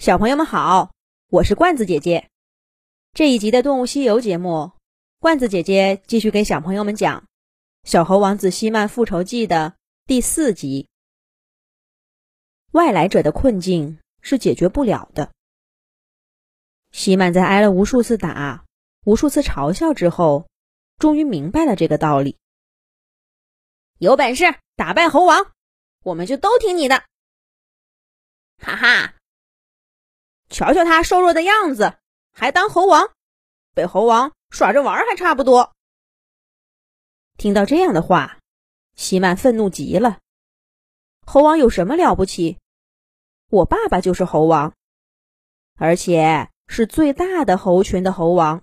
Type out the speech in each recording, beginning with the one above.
小朋友们好，我是罐子姐姐。这一集的动物西游节目，罐子姐姐继续给小朋友们讲小猴王子希曼复仇记的第4集。外来者的困境是解决不了的。希曼在挨了无数次打、无数次嘲笑之后，终于明白了这个道理。有本事打败猴王，我们就都听你的。哈哈，瞧瞧他瘦弱的样子，还当猴王，被猴王耍着玩还差不多。听到这样的话，希曼愤怒极了。猴王有什么了不起？我爸爸就是猴王，而且是最大的猴群的猴王。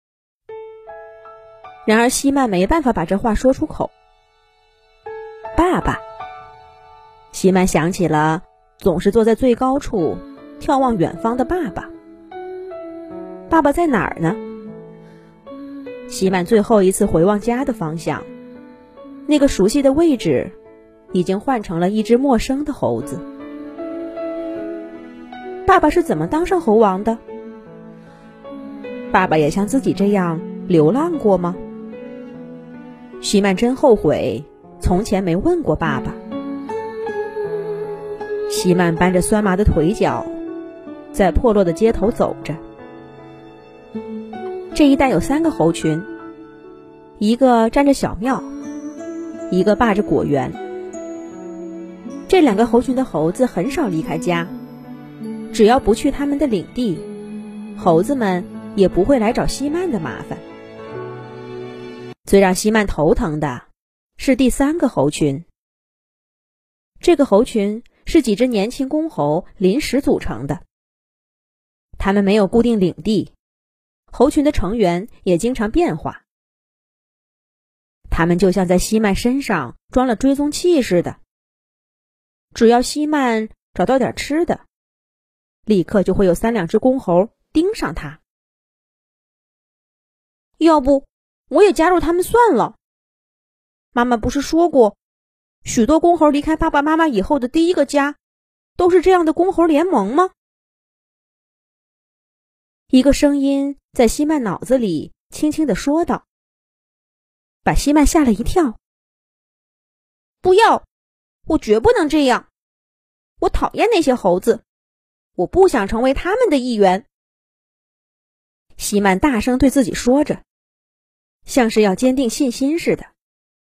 然而希曼没办法把这话说出口。爸爸，希曼想起了总是坐在最高处眺望远方的爸爸。爸爸在哪儿呢？希曼最后一次回望家的方向，那个熟悉的位置已经换成了一只陌生的猴子。爸爸是怎么当上猴王的？爸爸也像自己这样流浪过吗？希曼真后悔从前没问过爸爸。希曼搬着酸麻的腿脚，在破落的街头走着。这一带有3个猴群，一个占着小庙，一个霸着果园。这2个猴群的猴子很少离开家，只要不去他们的领地，猴子们也不会来找希曼的麻烦。最让希曼头疼的是第3个猴群。这个猴群是几只年轻公猴临时组成的，他们没有固定领地，猴群的成员也经常变化。他们就像在希曼身上装了追踪器似的，只要希曼找到点吃的，立刻就会有3-2只公猴盯上他。要不我也加入他们算了。妈妈不是说过，许多公猴离开爸爸妈妈以后的第一个家都是这样的公猴联盟吗？一个声音在希曼脑子里轻轻地说道，把希曼吓了一跳。不要，我绝不能这样。我讨厌那些猴子，我不想成为他们的一员。希曼大声对自己说着，像是要坚定信心似的。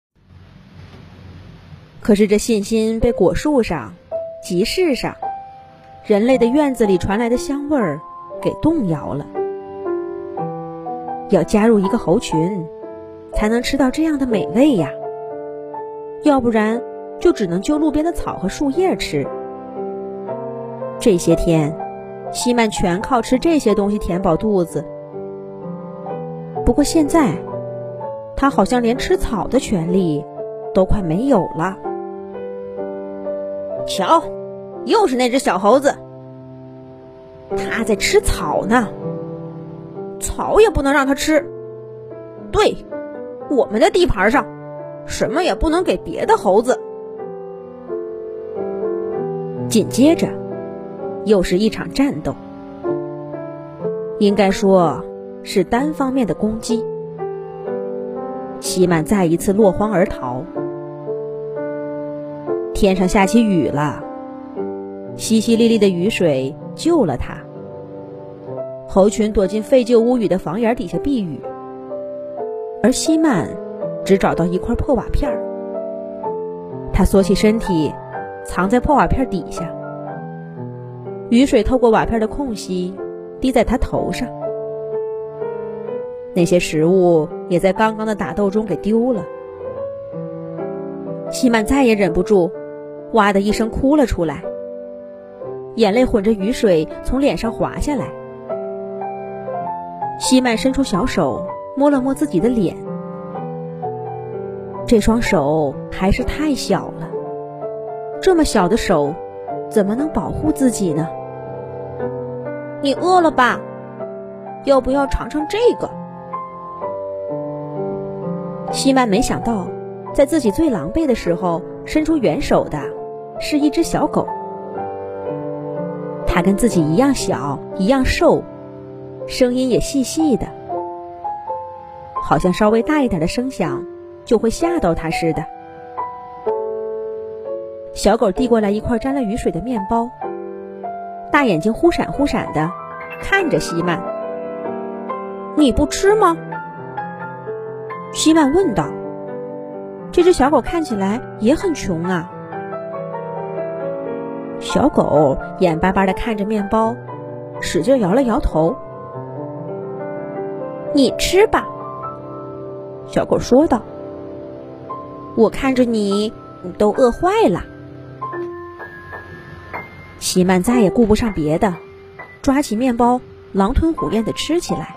可是这信心被果树上、集市上、人类的院子里传来的香味儿给动摇了。要加入一个猴群，才能吃到这样的美味呀，要不然就只能揪路边的草和树叶吃。这些天，希曼全靠吃这些东西填饱肚子。不过现在，他好像连吃草的权利都快没有了。瞧，又是那只小猴子，他在吃草呢，草也不能让他吃。对，我们的地盘上，什么也不能给别的猴子。紧接着，又是一场战斗，应该说是单方面的攻击。希曼再一次落荒而逃。天上下起雨了，淅淅沥沥的雨水救了他。猴群躲进废旧屋宇的房檐底下避雨，而希曼只找到一块破瓦片。他缩起身体，藏在破瓦片底下。雨水透过瓦片的空隙滴在他头上。那些食物也在刚刚的打斗中给丢了。希曼再也忍不住，哇的一声哭了出来，眼泪混着雨水从脸上滑下来。希曼伸出小手摸了摸自己的脸，这双手还是太小了，这么小的手怎么能保护自己呢？你饿了吧？要不要尝尝这个？希曼没想到，在自己最狼狈的时候伸出援手的是一只小狗。 它跟自己一样小，一样瘦，声音也细细的，好像稍微大一点的声响就会吓到它似的。小狗递过来一块沾了雨水的面包，大眼睛忽闪忽闪的看着西曼。你不吃吗？西曼问道。这只小狗看起来也很穷啊。小狗眼巴巴地看着面包，使劲摇了摇头。你吃吧，小狗说道。我看着你都饿坏了。西曼再也顾不上别的，抓起面包狼吞虎咽地吃起来。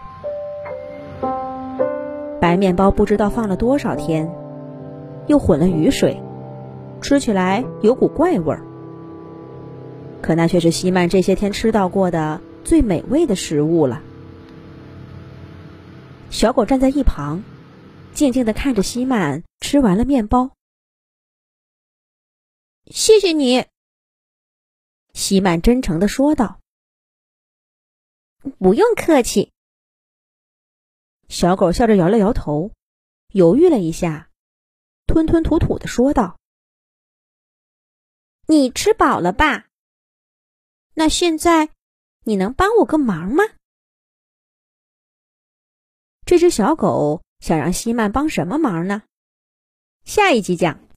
白面包不知道放了多少天，又混了雨水，吃起来有股怪味儿。可那却是西曼这些天吃到过的最美味的食物了。小狗站在一旁，静静地看着西曼吃完了面包。谢谢你，西曼真诚地说道。不用客气。小狗笑着摇了摇头，犹豫了一下，吞吞吐吐地说道：你吃饱了吧？那现在你能帮我个忙吗？这只小狗想让西曼帮什么忙呢？下一集讲。